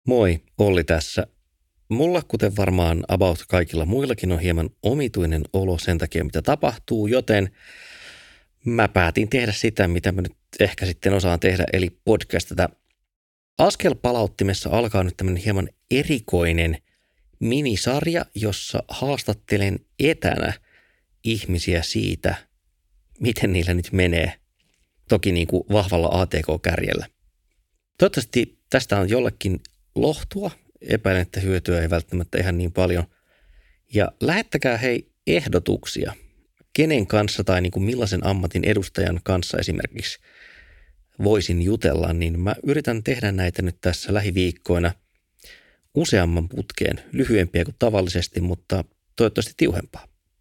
Moi, Olli tässä. Mulla, kuten varmaan about kaikilla muillakin, on hieman omituinen olo sen takia, mitä tapahtuu, joten mä päätin tehdä sitä, mitä mä nyt ehkä sitten osaan tehdä, eli podcastata. Askel-palauttimessa alkaa nyt tämmöinen hieman erikoinen minisarja, jossa haastattelen etänä ihmisiä siitä, miten niillä nyt menee. Toki niin kuin vahvalla ATK-kärjellä. Toivottavasti tästä on jollekin lohtua. Epäilen, että hyötyä ei välttämättä ihan niin paljon. Ja lähettäkää hei ehdotuksia, kenen kanssa tai niin kuin millaisen ammatin edustajan kanssa esimerkiksi voisin jutella, niin mä yritän tehdä näitä nyt tässä lähiviikkoina useamman putkeen, lyhyempiä kuin tavallisesti, mutta toivottavasti tiuhempaa.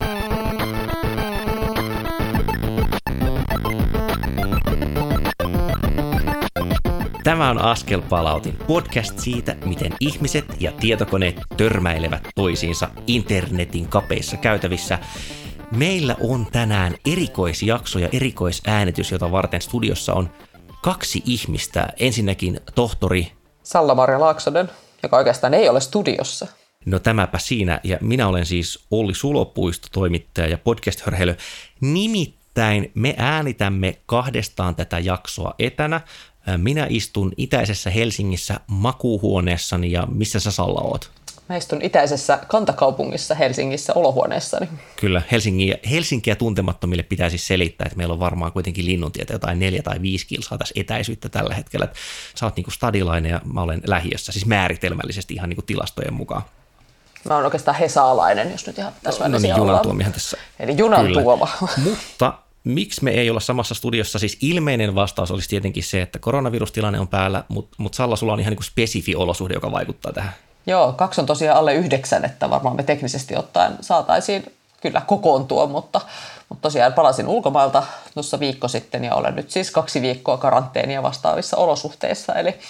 Tämä on Askel-palautin, podcast siitä, miten ihmiset ja tietokoneet törmäilevät toisiinsa internetin kapeissa käytävissä. Meillä on tänään erikoisjakso ja erikoisäänitys, jota varten studiossa on 2 ihmistä. Ensinnäkin tohtori Salla-Maria Laaksonen, joka oikeastaan ei ole studiossa. No tämäpä siinä, ja minä olen siis Olli Sulopuisto, toimittaja ja podcast-hörhelö. Nimittäin me äänitämme kahdestaan tätä jaksoa etänä. Minä istun itäisessä Helsingissä makuuhuoneessani, ja missä sä Salla oot? Mä istun itäisessä kantakaupungissa Helsingissä olohuoneessani. Kyllä, Helsinkiä tuntemattomille pitää siis selittää, että meillä on varmaan kuitenkin linnuntietä jotain 4 tai 5 kilsaa tässä etäisyyttä tällä hetkellä. Sä oot niinku stadilainen ja mä olen lähiössä, siis määritelmällisesti ihan niinku tilastojen mukaan. Mä oon oikeastaan hesaalainen, jos nyt ihan täsmällisiä ollaan. Junantuomihan tässä. Eli junantuoma. Mutta miksi me ei olla samassa studiossa? Siis ilmeinen vastaus olisi tietenkin se, että koronavirustilanne on päällä, mutta Salla, sulla on ihan niin kuin spesifi olosuhde, joka vaikuttaa tähän. Joo, 2 on tosiaan alle 9, että varmaan me teknisesti ottaen saataisiin kyllä kokoontua, mutta tosiaan palasin ulkomailta tuossa viikko sitten ja olen nyt siis 2 viikkoa karanteenia vastaavissa olosuhteissa,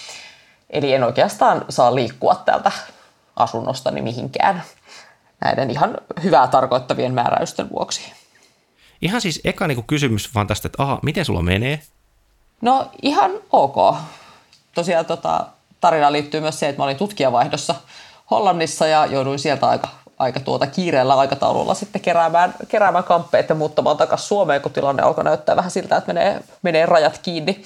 eli en oikeastaan saa liikkua täältä asunnostani mihinkään näiden ihan hyvää tarkoittavien määräysten vuoksi. Ihan siis eka niin kysymys vaan tästä, että miten sulla menee? No ihan ok. Tosiaan tarinaan liittyy myös se, että mä olin tutkijavaihdossa Hollannissa ja jouduin sieltä aika kiireellä aikataululla sitten keräämään kamppeet ja muuttamaan takaisin Suomeen, kun tilanne alkoi näyttää vähän siltä, että menee rajat kiinni.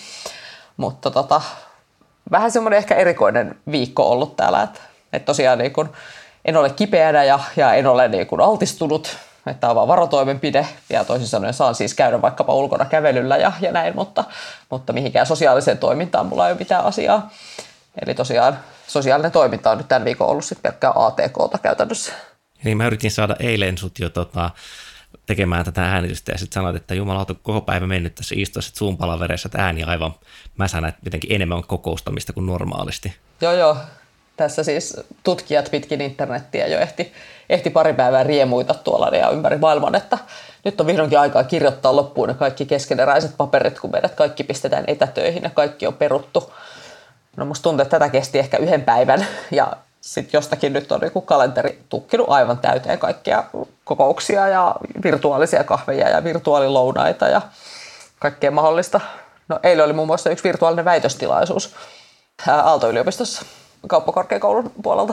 Mutta vähän semmoinen ehkä erikoinen viikko ollut täällä, että tosiaan niin kun en ole kipeänä ja en ole niin kun altistunut. Että tämä on vaan varotoimenpide ja toisin sanoen saan siis käydä vaikkapa ulkona kävelyllä ja näin, mutta mihinkään sosiaaliseen toimintaan mulla ei ole mitään asiaa. Eli tosiaan sosiaalinen toiminta on nyt tämän viikon ollut sitten pelkkää ATK:ta käytännössä. Eli mä yritin saada eilen sut jo tekemään tätä äänitystä ja sitten sanoit, että jumalauta koko päivä mennyt tässä istuessa Zoom-palavereissa, että ääni aivan mäsänä, että jotenkin enemmän on kokoustamista kuin normaalisti. Joo. Tässä siis tutkijat pitkin internettiä jo ehti pari päivää riemuita tuolla ja ympäri maailman, että nyt on vihdoinkin aikaa kirjoittaa loppuun ne kaikki keskeneräiset paperit, kun meidät kaikki pistetään etätöihin ja kaikki on peruttu. No musta tuntuu, että tätä kesti ehkä 1 päivän ja sitten jostakin nyt on joku kalenteri tukkinut aivan täyteen kaikkia kokouksia ja virtuaalisia kahveja ja virtuaalilounaita ja kaikkea mahdollista. No eilen oli muun muassa yksi virtuaalinen väitöstilaisuus Aalto-yliopistossa kauppakorkeakoulun puolelta.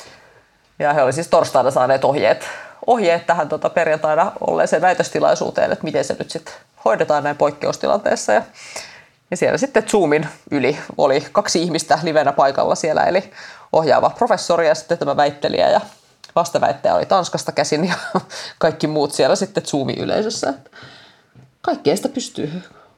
Ja he olivat siis torstaina saaneet ohjeet tähän perjantaina olleeseen väitöstilaisuuteen, että miten se nyt sitten hoidetaan näin poikkeustilanteessa. Ja siellä sitten Zoomin yli oli 2 ihmistä livenä paikalla siellä, eli ohjaava professori ja sitten tämä väittelijä. Ja vastaväittäjä oli Tanskasta käsin ja kaikki muut siellä sitten Zoomin yleisössä. Kaikkea sitä pystyy.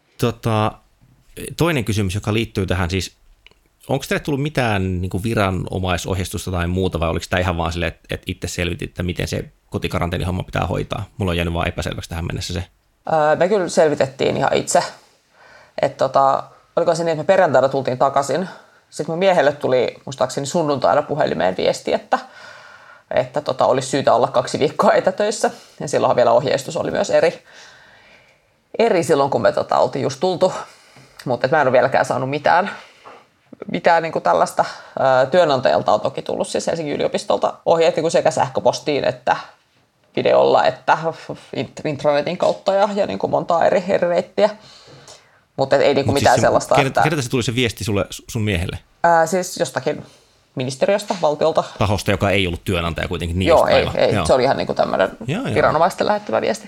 Toinen kysymys, joka liittyy tähän siis, onko teille tullut mitään niin kuin viranomaisohjeistusta tai muuta, vai oliko tämä ihan vaan silleen, että itse selvitit, että miten se kotikaranteenihomma pitää hoitaa? Mulla on jäänyt vaan epäselväksi tähän mennessä se. Me kyllä selvitettiin ihan itse. Että oliko se niin, että me perjantaina tultiin takaisin. Sitten mun miehelle tuli muistaakseni sunnuntaina puhelimeen viesti, että olisi syytä olla 2 viikkoa etätöissä. Ja silloinhan vielä ohjeistus oli myös eri silloin, kun me oltiin just tultu. Mutta mä en ole vieläkään saanut mitään niin kuin tällaista. Työnantajalta on toki tullut siis Helsingin yliopistolta ohjeet niin kuin sekä sähköpostiin että videolla että intranetin kautta ja niin kuin montaa eri reittiä. Mutta ei niin kuin mitään siis sellaista. Keneltä se tuli se viesti sulle, sun miehelle? Siis jostakin ministeriöstä, valtiolta. Tahosta, joka ei ollut työnantaja kuitenkin. Niin Joo, ei. Joo. Se oli ihan niin kuin tämmöinen viranomaisten lähettämä viesti.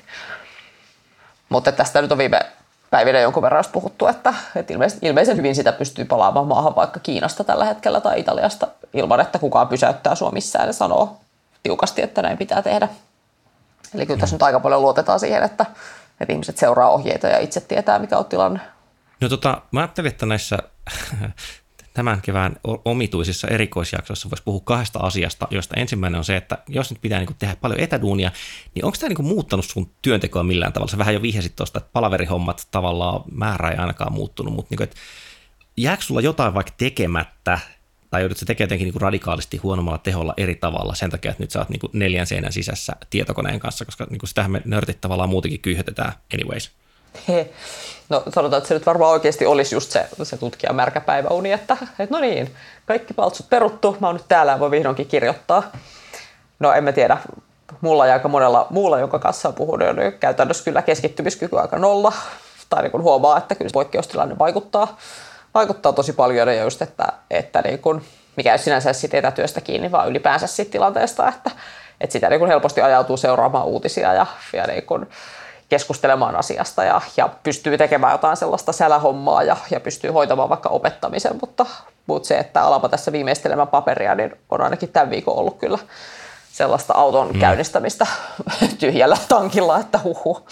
Mutta tästä nyt on viime päivinä jonkun verran puhuttu, että ilmeisen hyvin sitä pystyy palaamaan maahan vaikka Kiinasta tällä hetkellä tai Italiasta ilman, että kukaan pysäyttää sua missään ja sanoo tiukasti, että näin pitää tehdä. Eli kyllä tässä nyt aika paljon luotetaan siihen, että ihmiset seuraa ohjeita ja itse tietää, mikä on tilanne. No mä ajattelin, että näissä tämän kevään omituisissa erikoisjaksoissa voisi puhua kahdesta asiasta, joista ensimmäinen on se, että jos nyt pitää niin tehdä paljon etäduunia, niin onko tämä niin muuttanut sun työntekoa millään tavalla? Sä vähän jo vihjasit tuosta, että palaverihommat tavallaan määrä ei ainakaan muuttunut, mutta niin jääkö sulla jotain vaikka tekemättä, tai joudut sä tekemään jotenkin niin radikaalisti huonommalla teholla eri tavalla sen takia, että nyt sä oot niin 4 seinän sisässä tietokoneen kanssa, koska niin sitähän me nörtit tavallaan muutenkin kyyhötetään anyways. No sanotaan, että se nyt varmaan oikeasti olisi just se tutkijan märkä päiväuni, että no niin, kaikki paltsut peruttu, mä oon nyt täällä ja voi vihdoinkin kirjoittaa. No en mä tiedä, mulla ja aika monella muulla, jonka kanssa on puhunut, niin käytännössä kyllä keskittymiskyky aika nolla, tai niin kuin huomaa, että kyllä poikkeustilanne vaikuttaa tosi paljon ja just, että niin kuin, mikä ei sinänsä siitä etätyöstä kiinni, vaan ylipäänsä siitä tilanteesta, että sitä niin kuin helposti ajautuu seuraamaan uutisia ja niin kuin keskustelemaan asiasta ja pystyy tekemään jotain sellaista sälähommaa ja pystyy hoitamaan vaikka opettamisen, mutta se, että alapa tässä viimeistelemään paperia, niin on ainakin tämän viikon ollut kyllä sellaista auton käynnistämistä tyhjällä tankilla, että huhu.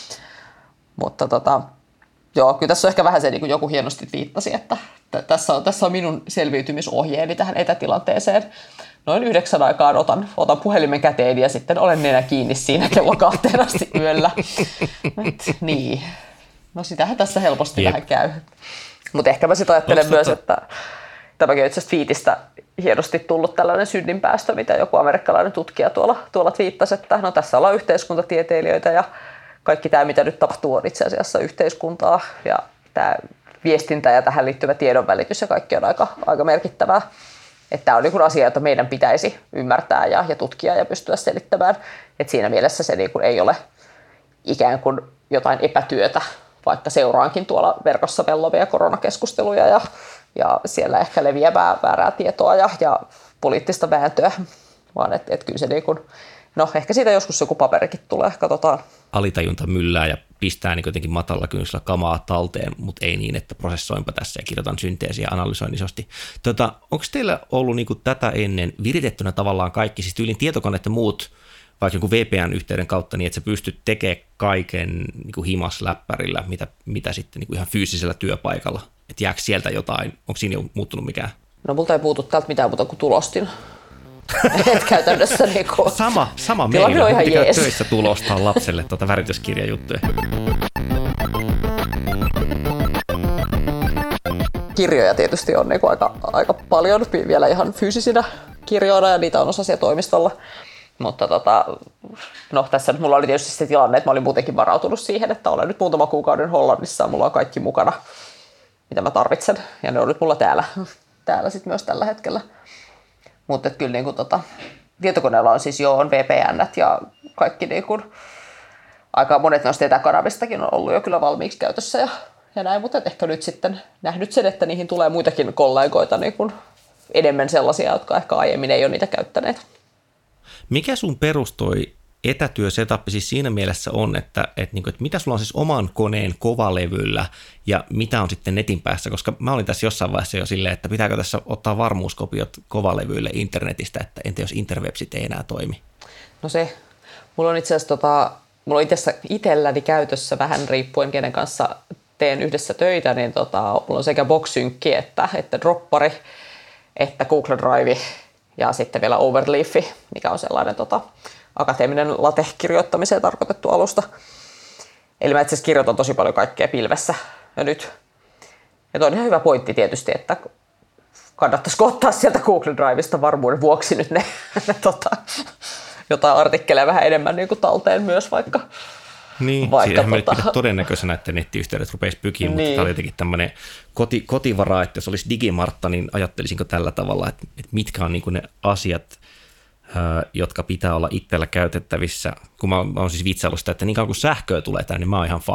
Mutta joo, kyllä tässä on ehkä vähän se, niin kuin joku hienosti viittasi, että tässä on minun selviytymisohjeeni tähän etätilanteeseen. Noin 9 aikaan otan puhelimen käteen ja sitten olen nenä kiinni siinä kello 2 asti yöllä. Niin. No sitähän tässä helposti vähän käy. Mutta ehkä mä sitten ajattelen myös, että tämäkin on itse asiassa twiitistä hienosti tullut tällainen synninpäästö, mitä joku amerikkalainen tutkija tuolla twiittasi, että no tässä ollaan yhteiskuntatieteilijöitä ja kaikki tämä, mitä nyt tapahtuu, on itse asiassa yhteiskuntaa ja tämä viestintä ja tähän liittyvä tiedonvälitys ja kaikki on aika merkittävää. Että tämä on niin kuin asia, jota meidän pitäisi ymmärtää ja tutkia ja pystyä selittämään. Että siinä mielessä se niin kuin ei ole ikään kuin jotain epätyötä, vaikka seuraankin tuolla verkossa vellovia koronakeskusteluja ja siellä ehkä leviävää väärää tietoa ja poliittista vääntöä, vaan että kyllä se niin kuin, no ehkä siitä joskus joku paperikin tulee, katsotaan. Alitajunta myllää ja pistää niin jotenkin matalalla kynnyksellä kamaa talteen, mutta ei niin, että prosessoinpa tässä ja kirjoitan synteesiä ja analysoin isosti. Onko teillä ollut niin kuin tätä ennen viritettynä tavallaan kaikki, siis tyylin tietokoneet ja muut, vaikka joku VPN-yhteyden kautta, niin että sä pystyt tekemään kaiken niin kuin himasläppärillä, mitä sitten niin kuin ihan fyysisellä työpaikalla, että jääkö sieltä jotain, onko siinä jo muuttunut mikään? No multa ei puutu täältä mitään muuta kuin tulostin. Et käytännössä niinku sama meillä, on ihan jees. Töissä tulostaa lapselle värityskirjajuttuja. Kirjoja tietysti on niinku aika paljon vielä ihan fyysisinä kirjoina ja niitä on osa siellä toimistolla. Mutta no tässä nyt mulla oli tietysti se tilanne, että mä olin muutenkin varautunut siihen, että olen nyt muutama kuukauden Hollannissa ja mulla on kaikki mukana, mitä mä tarvitsen. Ja ne on nyt mulla täällä sit myös tällä hetkellä. Mutta kyllä niin kuin, tietokoneella on siis on VPN:t ja kaikki niin kuin, aika monet noista etäkanavistakin on ollut jo kyllä valmiiksi käytössä ja näin, mutta ehkä nyt sitten nähnyt sen, että niihin tulee muitakin kollegoita niin kuin enemmän sellaisia, jotka ehkä aiemmin ei ole niitä käyttäneet. Mikä sun perustoi etätyösetappi siis siinä mielessä on, että mitä sulla on siis oman koneen kovalevyllä ja mitä on sitten netin päässä, koska mä olin tässä jossain vaiheessa jo silleen, että pitääkö tässä ottaa varmuuskopiot kovalevyille internetistä, että entä jos interwebsit ei enää toimi? No se, mulla on itse asiassa itselläni käytössä vähän riippuen kenen kanssa teen yhdessä töitä, niin mulla on sekä Boxsynkki että Droppari, että Google Drive ja sitten vielä Overleaf, mikä on sellainen akateeminen LaTeX-kirjoittamiseen tarkoitettu alusta. Eli mä itse asiassa kirjoitan tosi paljon kaikkea pilvessä jo nyt. Ja on ihan hyvä pointti tietysti, että kannattaisiko ottaa sieltä Google Drivesta varmuuden vuoksi nyt ne jotain artikkeleja vähän enemmän niin kuin talteen myös vaikka. Niin, siinähän me nyt pidä todennäköisenä, että nettiyhteydet rupeisi pykiin, niin. Mutta tämä oli jotenkin tämmöinen kotivara, että jos olisi Digimartta, niin ajattelisinko tällä tavalla, että mitkä on niin kuin ne asiat, jotka pitää olla itsellä käytettävissä, kun mä oon siis vitsaillut sitä, että niin kauan kun sähköä tulee tänne, niin mä oon ihan fine.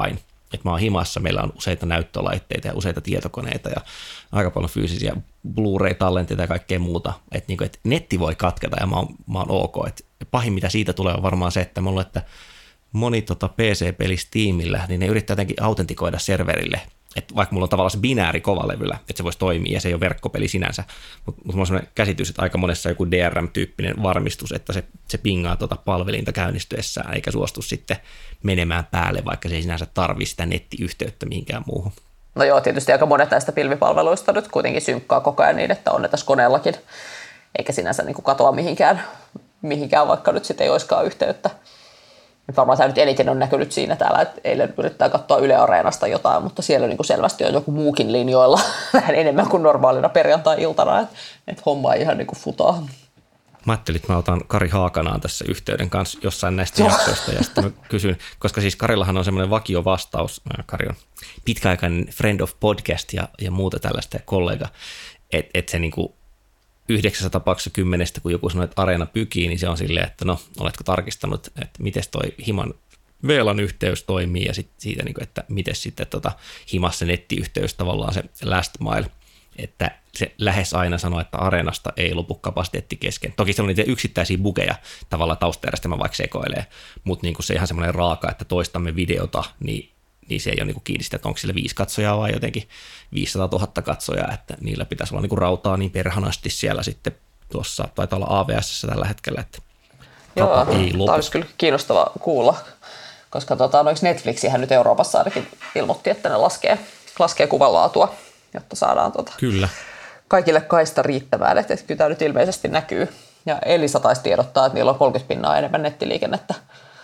että mä oon himassa, meillä on useita näyttölaitteita ja useita tietokoneita ja aika paljon fyysisiä Blu-ray-tallenteita ja kaikkea muuta, että niinku, et netti voi katketa ja mä oon ok. Et pahin mitä siitä tulee on varmaan se, että mulla että moni PC-peli Steamillä, niin ne yrittää jotenkin autentikoida serverille. Että vaikka mulla on tavallaan se binääri kovalevyllä, että se voisi toimia ja se ei ole verkkopeli sinänsä, mutta mulla on sellainen käsitys, että aika monessa joku DRM-tyyppinen varmistus, että se pingaa palvelinta käynnistyessään eikä suostu sitten menemään päälle, vaikka se ei sinänsä tarvitse sitä nettiyhteyttä mihinkään muuhun. No joo, tietysti aika monet näistä pilvipalveluista nyt kuitenkin synkkaa koko ajan niin, että on ne tässä koneellakin, eikä sinänsä niin kuin katoa mihinkään, vaikka nyt sitten ei olisikaan yhteyttä. Varmaan tämä nyt eniten on näkynyt siinä täällä, että eilen yrittää katsoa Yle Areenasta jotain, mutta siellä niin kuin selvästi on joku muukin linjoilla vähän enemmän kuin normaalina perjantai-iltana, että homma ei ihan niin kuin futaa. Mä ajattelin, että mä otan Kari Haakanaan tässä yhteyden kanssa jossain näistä jaksoista ja sitten mä kysyn, koska siis Karillahan on semmoinen vakiovastaus, Kari on pitkäaikainen friend of podcast ja muuta tällaista ja kollega, että se niin kuin 9 tapauksessa 10, kun joku sanoo, että Areena pykii, niin se on silleen, että no, oletko tarkistanut, että miten toi himan VLAN-yhteys toimii ja sitten siitä, että miten sitten himassa nettiyhteys tavallaan se last mile, että se lähes aina sanoo, että Areenasta ei lopu kapasiteetti kesken. Toki se on niitä yksittäisiä bugeja, tavallaan taustajärjestelmä vaikka sekoilee, mutta niin se ihan semmoinen raaka, että toistamme videota, niin se ei ole niin kiinni sitä, että onko sille 5 katsojaa vai jotenkin 500 000 katsojaa, että niillä pitäisi olla niin rautaa niin perhanasti siellä sitten tuossa, taitaa olla AVS:ssä tällä hetkellä, että joo, tämä olisi kyllä kiinnostava kuulla, koska Netflixihän nyt Euroopassa ainakin ilmoitti, että ne laskee kuvanlaatua, jotta saadaan kyllä kaikille kaista riittämään, että kyllä tämä nyt ilmeisesti näkyy. Ja Elisa taisi tiedottaa, että niillä on 30% enemmän nettiliikennettä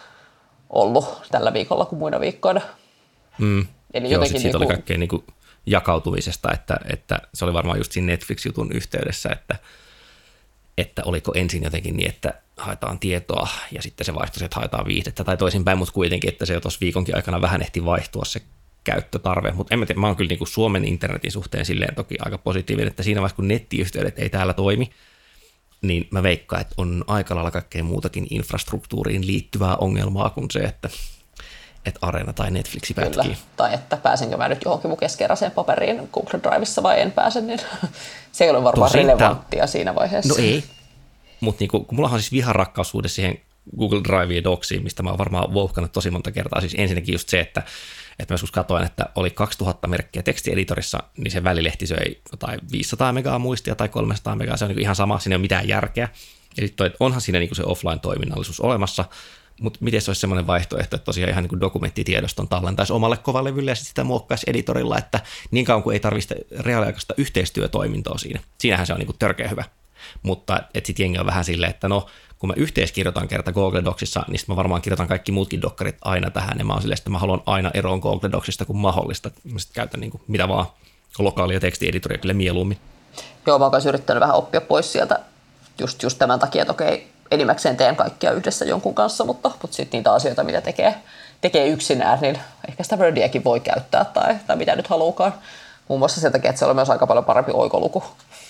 ollut tällä viikolla kuin muina viikkoina. Eli joo, siitä oli kaikkea niin kuin jakautumisesta, että se oli varmaan just siinä Netflix-jutun yhteydessä, että oliko ensin jotenkin niin, että haetaan tietoa ja sitten se vaihtui, että haetaan viihdettä tai toisinpäin, mutta kuitenkin, että se jo tuossa viikonkin aikana vähän ehti vaihtua se käyttötarve, mutta en mä tiedä, mä oon kyllä niin kuin Suomen internetin suhteen silleen toki aika positiivinen, että siinä vaiheessa kun nettiyhteydet ei täällä toimi, niin mä veikkaan, että on aika lailla kaikkea muutakin infrastruktuuriin liittyvää ongelmaa kuin se, että Areena tai Netflixi pätkii. Kyllä. Tai että pääsenkö mä nyt johonkin mun keskeräiseen paperiin Google Drivessa vai en pääse, niin se ei ole varmaan relevanttia siinä vaiheessa. No ei, mutta niin kun mulla on siis viharakkaussuhde siihen Google Driveen ja Docsiin, mistä mä oon varmaan vouhkannut tosi monta kertaa. Siis ensinnäkin just se, että mä joskus katsoin, että oli 2000 merkkiä tekstieditorissa, niin se välilehti söi jotain 500 megaa muistia tai 300 megaa, se on niin ihan sama, siinä ei ole mitään järkeä. Eli onhan siinä niin se offline-toiminnallisuus olemassa, mutta miten se olisi semmoinen vaihtoehto, että tosiaan ihan niin dokumenttitiedoston tallentaisi omalle kovalevylle ja sitten sitä muokkaisi editorilla, että niin kauan kuin ei tarvitse reaaliaikaista yhteistyötoimintoa siinä. Siinähän se on niin törkeä hyvä. Mutta sitten jengi on vähän silleen, että no, kun mä yhteiskirjoitan kerta Google Docsissa, niin sitten mä varmaan kirjoitan kaikki muutkin dokkarit aina tähän, ja mä oon silleen, että mä haluan aina eroon Google Docsista kuin mahdollista. Mä sitten käytän niin kuin mitä vaan lokaalia tekstieditoria kyllä mieluummin. Joo, mä oon kanssa yrittänyt vähän oppia pois sieltä just tämän takia, että okei, enimmäkseen teen kaikkia yhdessä jonkun kanssa, mutta sitten niitä asioita, mitä tekee yksinään, niin ehkä sitä Wordiakin voi käyttää tai mitä nyt haluukaan. Muun muassa sen takia, että se on myös aika paljon parempi oikoluku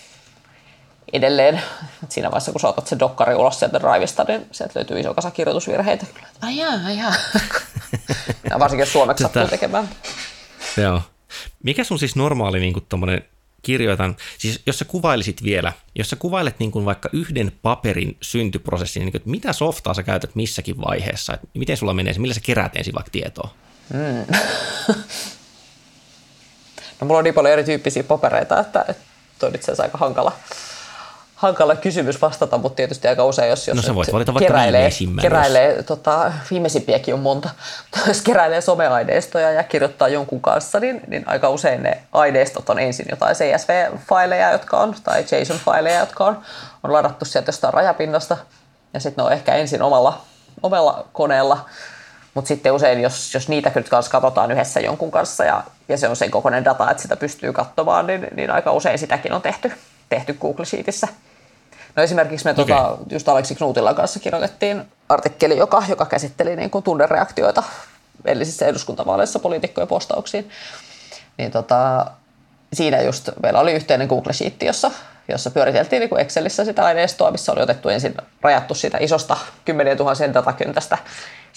edelleen. Et siinä vaiheessa, kun saatat se dokkari ulos sieltä Drivesta, niin sieltä löytyy iso kasa kirjoitusvirheitä. Ai jaa. Ja varsinkin jos suomeksi sattuu tekemään. Joo. Mikä sun siis normaali niin tommonen kirjoitan, siis jos sä kuvailisit vielä, jos sä kuvailet niin kuin vaikka yhden paperin syntyprosessin, niin kuin, että mitä softaa sä käytät missäkin vaiheessa, että miten sulla menee se, millä sä keräät ensin vaikka tietoa? No mulla on niin paljon erityyppisiä papereita, että on itse asiassa aika hankala kysymys vastata, mutta tietysti aika usein, jos no, keräilee viimeisimpiäkin on monta, jos keräilee someaineistoja ja kirjoittaa jonkun kanssa, niin aika usein ne aineistot on ensin jotain CSV-faileja, jotka on, tai JSON-faileja, jotka on ladattu sieltä jostain rajapinnasta, ja sitten ne on ehkä ensin omalla koneella, mutta sitten usein, jos niitä nyt kanssa katsotaan yhdessä jonkun kanssa, ja se on sen kokoinen data, että sitä pystyy katsomaan, niin aika usein sitäkin on tehty Google Sheetissä. No esimerkiksi me just Aleksi Knutilla kanssa kirjoitettiin artikkeli, joka käsitteli niin kuin tunnereaktioita edellisissä eduskuntavaaleissa poliitikkojen postauksiin. Niin siinä just meillä oli yhteinen Google Sheet, jossa pyöriteltiin niin kuin Excelissä sitä aineistoa, missä oli otettu ensin rajattu sitä isosta 10 000 datakyntästä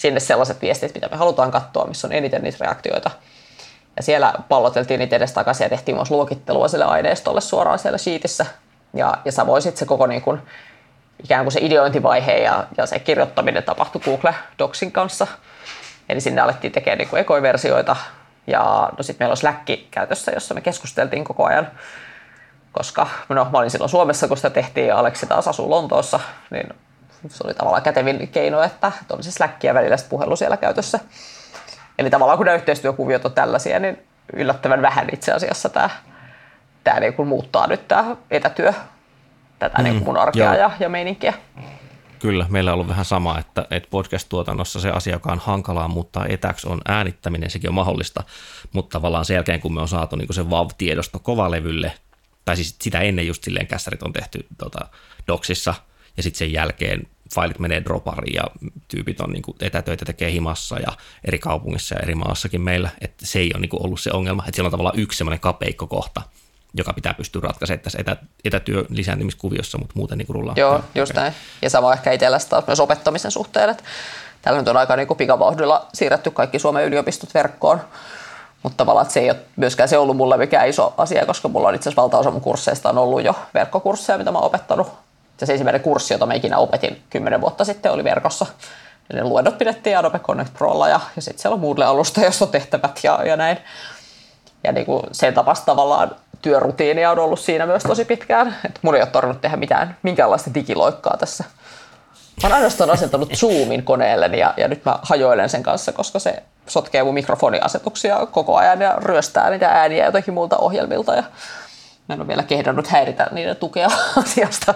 sinne sellaiset viestit, mitä me halutaan katsoa, missä on eniten niitä reaktioita. Ja siellä palloteltiin niitä edestakaisin ja tehtiin myös luokittelua sille aineistolle suoraan siellä sheetissä. Ja samoin sitten se koko niin kuin, ikään kuin se ideointivaihe ja se kirjoittaminen tapahtui Google Docsin kanssa. Eli sinne alettiin tekemään niin kuin ekoversioita. Ja no sitten meillä on Slack käytössä, jossa me keskusteltiin koko ajan. Koska mä olin silloin Suomessa, kun sitä tehtiin ja Aleksi taas asuu Lontoossa, niin se oli tavallaan kätevin keino, että oli se Slack ja välillä puhelu siellä käytössä. Eli tavallaan kun nämä yhteistyökuviot on tällaisia, niin yllättävän vähän itse asiassa tämä niin kuin muuttaa nyt tämä etätyö, tätä niin kuin mun arkea ja meininkiä. Kyllä, meillä on ollut vähän sama, että podcast-tuotannossa se asia, joka on hankalaa muuttaa etäksi, on äänittäminen, sekin on mahdollista, mutta tavallaan sen jälkeen, kun me on saatu niin kuin se WAV-tiedosto kovalevylle, tai siis sitä ennen just silleen kässärit on tehty Docsissa, ja sitten sen jälkeen failit menee dropariin ja tyypit on niin kuin etätöitä tekee himassa ja eri kaupungissa ja eri maassakin meillä, että se ei ole niin kuin ollut se ongelma, että siellä on tavallaan yksi semmoinen kapeikko kohta, joka pitää pystyä ratkaisemaan tässä etätyön lisääntymiskuviossa, mutta muuten niin kuin rullaa. Joo, just näin. Ja sama ehkä itsellä taas myös opettamisen suhteen, että täällä nyt on aika niin kuin pikavauhdilla siirretty kaikki Suomen yliopistot verkkoon, mutta tavallaan että se ei ole myöskään se ollut mulle mikään iso asia, koska mulla on itse asiassa valtaosa mun kursseista on ollut jo verkkokursseja, mitä mä oon opettanut. Se ensimmäinen kurssi, jota mä ikinä opetin 10 vuotta sitten, oli verkossa. Ja ne luennot pidettiin Adobe Connect Prolla ja sitten siellä on Moodle-alusta, jossa on tehtävät ja näin. Ja niin kuin sen tapasta tavallaan työrutiinia on ollut siinä myös tosi pitkään. Että mun ei ole tarvinnut tehdä minkäänlaista digiloikkaa tässä. Mä oon ainoastaan asentanut Zoomin koneelleni ja nyt mä hajoilen sen kanssa, koska se sotkee mun mikrofoniasetuksia koko ajan ja ryöstää niitä ääniä jotenkin muilta ohjelmilta. Ja mä en ole vielä kehdannut häiritä niiden tukea asiasta.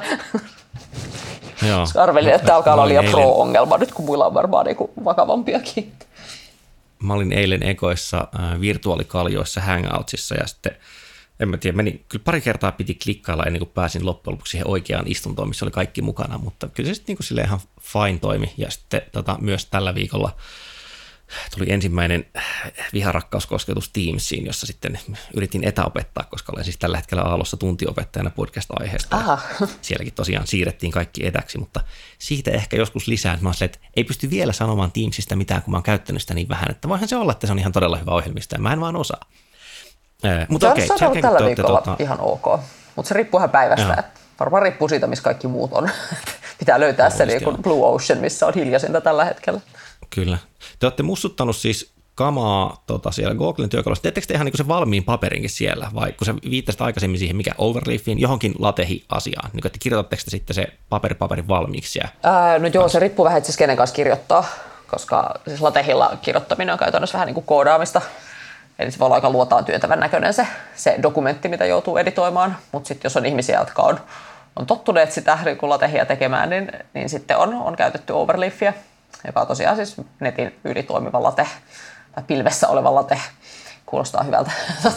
Joo. Arvelin, että tämä alkaa olla liian pro-ongelma nyt, kun muilla on varmaan niin vakavampiakin. Mä olin eilen ekoissa virtuaalikaljoissa Hangoutsissa ja sitten, en mä tiedä, kyllä pari kertaa piti klikkailla ennen kuin pääsin loppujen lopuksi siihen oikeaan istuntoon, missä oli kaikki mukana, mutta kyllä se sitten niin kuin silleen ihan fine toimi. Ja sitten myös tällä viikolla tuli ensimmäinen viharakkauskosketus Teamsiin, jossa sitten yritin etäopettaa, koska olen siis tällä hetkellä Aallossa tuntiopettajana podcast-aiheesta. Sielläkin tosiaan siirrettiin kaikki etäksi, mutta siitä ehkä joskus lisää. Mä olen että ei pysty vielä sanomaan Teamsista mitään, kun mä oon käyttänyt sitä niin vähän, että voihan se olla, että se on ihan todella hyvä ohjelmisto ja mä en vaan osaa. Mutta okei, se on ollut tällä viikolla ihan ok, mutta se riippuu ihan päivästä. Että varmaan riippuu siitä, missä kaikki muut on. Pitää löytää se niin kuin Blue Ocean, missä on hiljaisinta tällä hetkellä. Kyllä. Te olette mussuttanut siis kamaa siellä Googlen työkalussa. Teettekö te ihan niin se valmiin paperinkin siellä, vai kun sä viittasit aikaisemmin siihen, mikä overleafiin, johonkin latehi-asiaan, niin että kirjoitatteko te sitten se paperin valmiiksi? No joo, se riippuu vähän, että siis kenen kanssa kirjoittaa, koska siis latehilla kirjoittaminen on käytännössä vähän niin kuin koodaamista. Eli se voi olla aika luotaan työntävän näköinen se dokumentti, mitä joutuu editoimaan, mutta sitten jos on ihmisiä, jotka on tottuneet sitä niin kuin latehia tekemään, niin sitten on käytetty overleafia, joka on tosiaan siis netin yli toimiva late tai pilvessä oleva late. Kuulostaa hyvältä.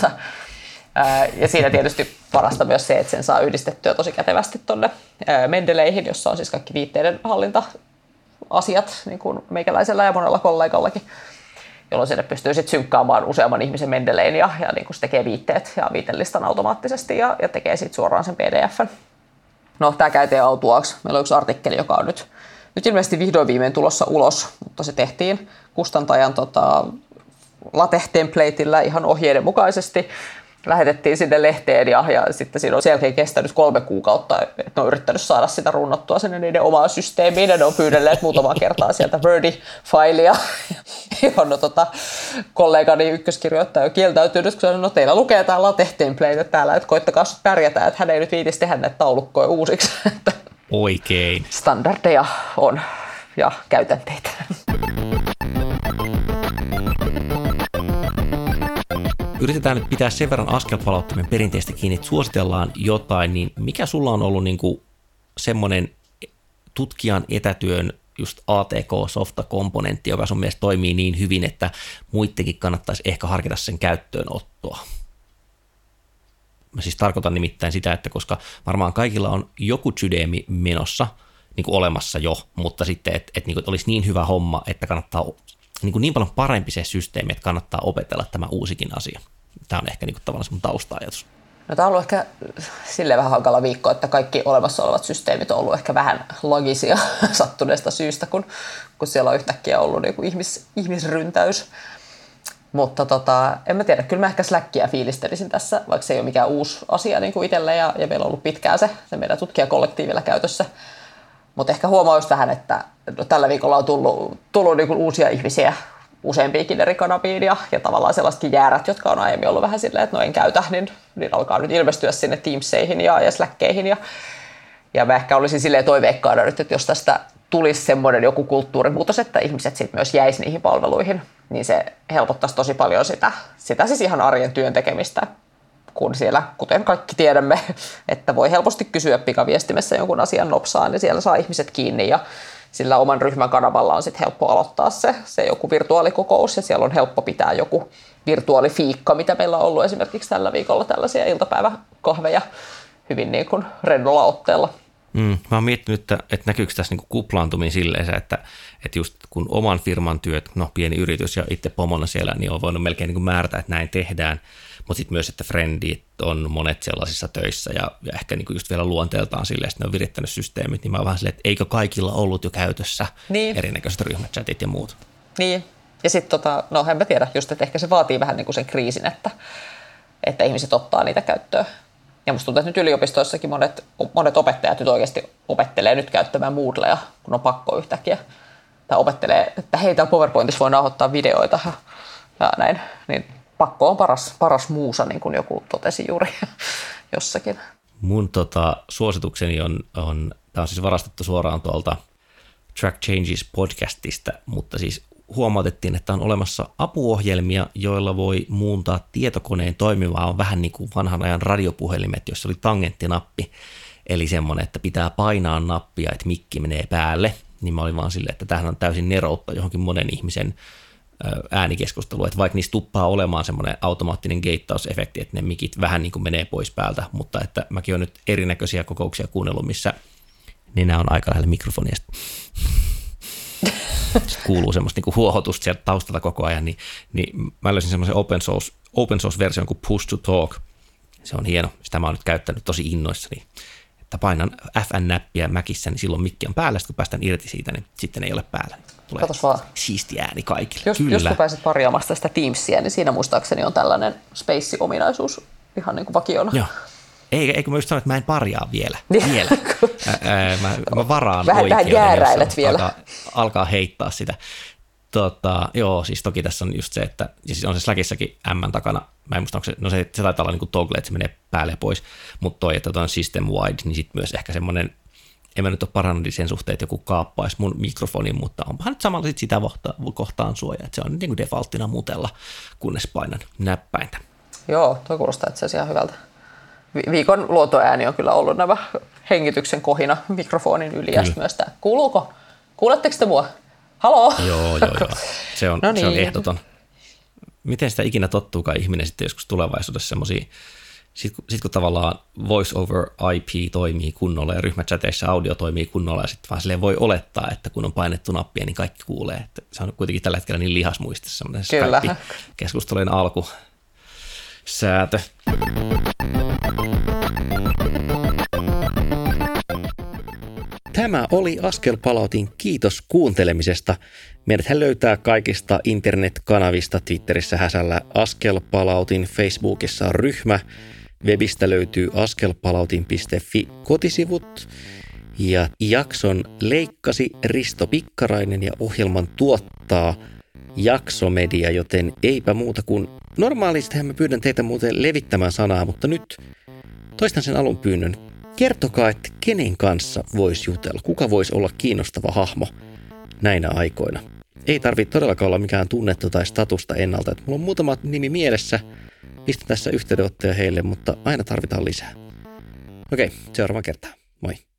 Ja siinä tietysti parasta myös se, että sen saa yhdistettyä tosi kätevästi tuonne Mendeleihin, jossa on siis kaikki viitteiden hallinta-asiat, niin kuin meikäläisellä ja monella kollegallakin, jolloin sinne pystyy sitten synkkaamaan useamman ihmisen Mendelein ja niin kuin se tekee viitteet ja viitelistan automaattisesti ja tekee sitten suoraan sen PDF:n. No, tämä käy autuaaksi. Meillä on yksi artikkeli, joka on nyt ilmeisesti vihdoin viimein tulossa ulos, mutta se tehtiin kustantajan LaTeX-templateillä ihan ohjeiden mukaisesti. Lähetettiin sinne lehteen ja sitten siinä on sen jälkeen kestänyt 3 kuukautta, että ne on yrittänyt saada sitä runnottua sinne niiden omaan systeemiin ja ne on pyydelleet muutamaa kertaa sieltä Wordi-failia, johon kollegani ykköskirjoittaja on kieltäytynyt, kun sanoi, no teillä lukee tämä LaTeX-template täällä, että koittakaa pärjätä, että hän ei nyt viitisi tehdä näitä taulukkoja uusiksi. Oikein. Standardeja on ja käytänteitä. Yritetään nyt pitää sen verran askelpalauttimen perinteistä kiinni, että suositellaan jotain, niin mikä sulla on ollut niin kuin semmoinen tutkijan etätyön just ATK-softa-komponentti, joka sun mielestä toimii niin hyvin, että muittenkin kannattaisi ehkä harkita sen käyttöönottoa? Mä siis tarkoitan nimittäin sitä, että koska varmaan kaikilla on joku Udemy menossa niin kuin olemassa jo, mutta sitten, että niin kuin olisi niin hyvä homma, että kannattaa niin paljon parempi se systeemi, että kannattaa opetella tämä uusikin asia. Tämä on ehkä niin kuin tavallaan mun tausta-ajatus. No, tämä on ollut ehkä silleen vähän hankala viikko, että kaikki olemassa olevat systeemit on ollut ehkä vähän logisia sattuneesta syystä, kun siellä on yhtäkkiä ollut niin kuin ihmisryntäys. Mutta en mä tiedä, kyllä mä ehkä Slackia fiilistelisin tässä, vaikka se ei ole mikään uusi asia niin kuin itselle ja meillä on ollut pitkään se meidän tutkijakollektiivilla käytössä. Mutta ehkä huomaa just vähän, että tällä viikolla on tullut niin kuin uusia ihmisiä useampiakin eri kanaviin ja tavallaan sellaisetkin jäärät, jotka on aiemmin ollut vähän silleen, että no en käytä, niin alkaa nyt ilmestyä sinne Teamseihin ja Slackkeihin. Ja mä ehkä olisin silleen toiveikkaana nyt, että jos tästä tulisi semmoinen joku kulttuurimuutos, että ihmiset sitten myös jäisi niihin palveluihin, niin se helpottaisi tosi paljon sitä siis ihan arjen työn tekemistä, kun siellä, kuten kaikki tiedämme, että voi helposti kysyä pikaviestimessä jonkun asian nopsaan, niin siellä saa ihmiset kiinni ja sillä oman ryhmän kanavalla on sitten helppo aloittaa se joku virtuaalikokous ja siellä on helppo pitää joku virtuaalifiikka, mitä meillä on ollut esimerkiksi tällä viikolla tällaisia iltapäiväkahveja hyvin niin kuin rennolla otteella. Mä oon miettinyt, että näkyykö tässä niin kuin kuplaantuminen silleen, että just kun oman firman työt, no pieni yritys ja itse pomona siellä, niin on voinut melkein niin kuin määrätä, että näin tehdään, mutta sitten myös, että friendit on monet sellaisissa töissä ja ehkä niin kuin just vielä luonteeltaan silleen, että ne on virittänyt systeemit, niin mä oon vähän silleen, että eikö kaikilla ollut jo käytössä erinäköiset ryhmächatit ja muut. Niin, ja sitten no en mä tiedä, just että ehkä se vaatii vähän niin kuin sen kriisin, että ihmiset ottaa niitä käyttöön. Ja musta tuntuu, että nyt yliopistoissakin monet opettajat nyt oikeasti opettelee nyt käyttämään Moodlea, kun on pakko yhtäkkiä. Tai opettelee, että hei, täällä PowerPointissa voi nauhoittaa videoita ja näin. Niin pakko on paras muusa, niin kuin joku totesi juuri jossakin. Mun suositukseni on, tämä on siis varastettu suoraan tuolta Track Changes podcastista, mutta siis huomautettiin, että on olemassa apuohjelmia, joilla voi muuntaa tietokoneen toimimaan vähän niin kuin vanhan ajan radiopuhelimet, jossa oli tangenttinappi, eli semmoinen, että pitää painaa nappia, että mikki menee päälle, niin mä olin vaan silleen, että tämähän on täysin neroutta johonkin monen ihmisen äänikeskusteluun, että vaikka niistä tuppaa olemaan semmoinen automaattinen geittausefekti, että ne mikit vähän niin kuin menee pois päältä, mutta että mäkin olen nyt erinäköisiä kokouksia kuunnellut, missä nenä on aika lähellä mikrofonia. Sitten kuuluu semmoista niinku huohotusta sieltä taustalta koko ajan, niin mä löysin semmoisen open source-version kuin Push to Talk. Se on hieno. Sitä mä oon nyt käyttänyt tosi innoissani. Että painan FN-näppiä Macissa, niin silloin mikki on päällä, kun päästään irti siitä, niin sitten ei ole päällä. Tulee siisti ääni kaikille. Jos kun pääset parjaamaan sitä Teamsia, niin siinä muistaakseni on tällainen space-ominaisuus ihan niin kuin vakiona. Joo. Eikö mä just sanoin, että mä en parjaa vielä. Mä varaan vähän jääräilet vielä. Alkaa heittää sitä. Joo, siis toki tässä on just se, että siis on se Slackissakin M takana. Mä en muista, onko se taitaa olla niin kuin toggle, että se menee päälle ja pois. Mutta että on system wide, niin sitten myös ehkä semmoinen, en mä nyt ole parannut sen suhteen, että joku kaappaisi mun mikrofonin, mutta onpahan nyt samalla sit sitä kohtaan suojaa. Että se on niin kuin defaulttina mutella, kunnes painan näppäintä. Joo, toi kuulostaa itse asiassa ihan hyvältä. Viikon luontoääni on kyllä ollut nämä hengityksen kohina mikrofonin yli ja myös tämä. Kuuluuko? Kuuletteko te mua? Haloo? Joo. Se on ehdoton. Miten sitä ikinä tottuukaan ihminen sitten joskus tulevaisuudessa semmoisia, sit kun tavallaan voice over IP toimii kunnolla ja ryhmächateissa audio toimii kunnolla ja sitten vaan silleen voi olettaa, että kun on painettu nappia, niin kaikki kuulee. Että se on kuitenkin tällä hetkellä niin lihasmuistissa semmoinen Skype-keskustelujen alkusäätö. Tämä oli Askelpalautin. Kiitos kuuntelemisesta. Meidäthän löytää kaikista internetkanavista, Twitterissä häsällä Askelpalautin, Facebookissa on ryhmä, webistä löytyy askelpalautin.fi kotisivut ja jakson leikkasi Risto Pikkarainen ja ohjelman tuottaa Jaksomedia, joten eipä muuta kuin normaalistihan mä pyydän teitä muuten levittämään sanaa, mutta nyt toistan sen alun pyynnön. Kertokaa, että kenen kanssa voisi jutella, kuka voisi olla kiinnostava hahmo näinä aikoina. Ei tarvitse todellakaan olla mikään tunnettu tai statusta ennalta. Että mulla on muutama nimi mielessä, pistän tässä yhteydenottoja heille, mutta aina tarvitaan lisää. Okei, seuraavaan kertaan. Moi.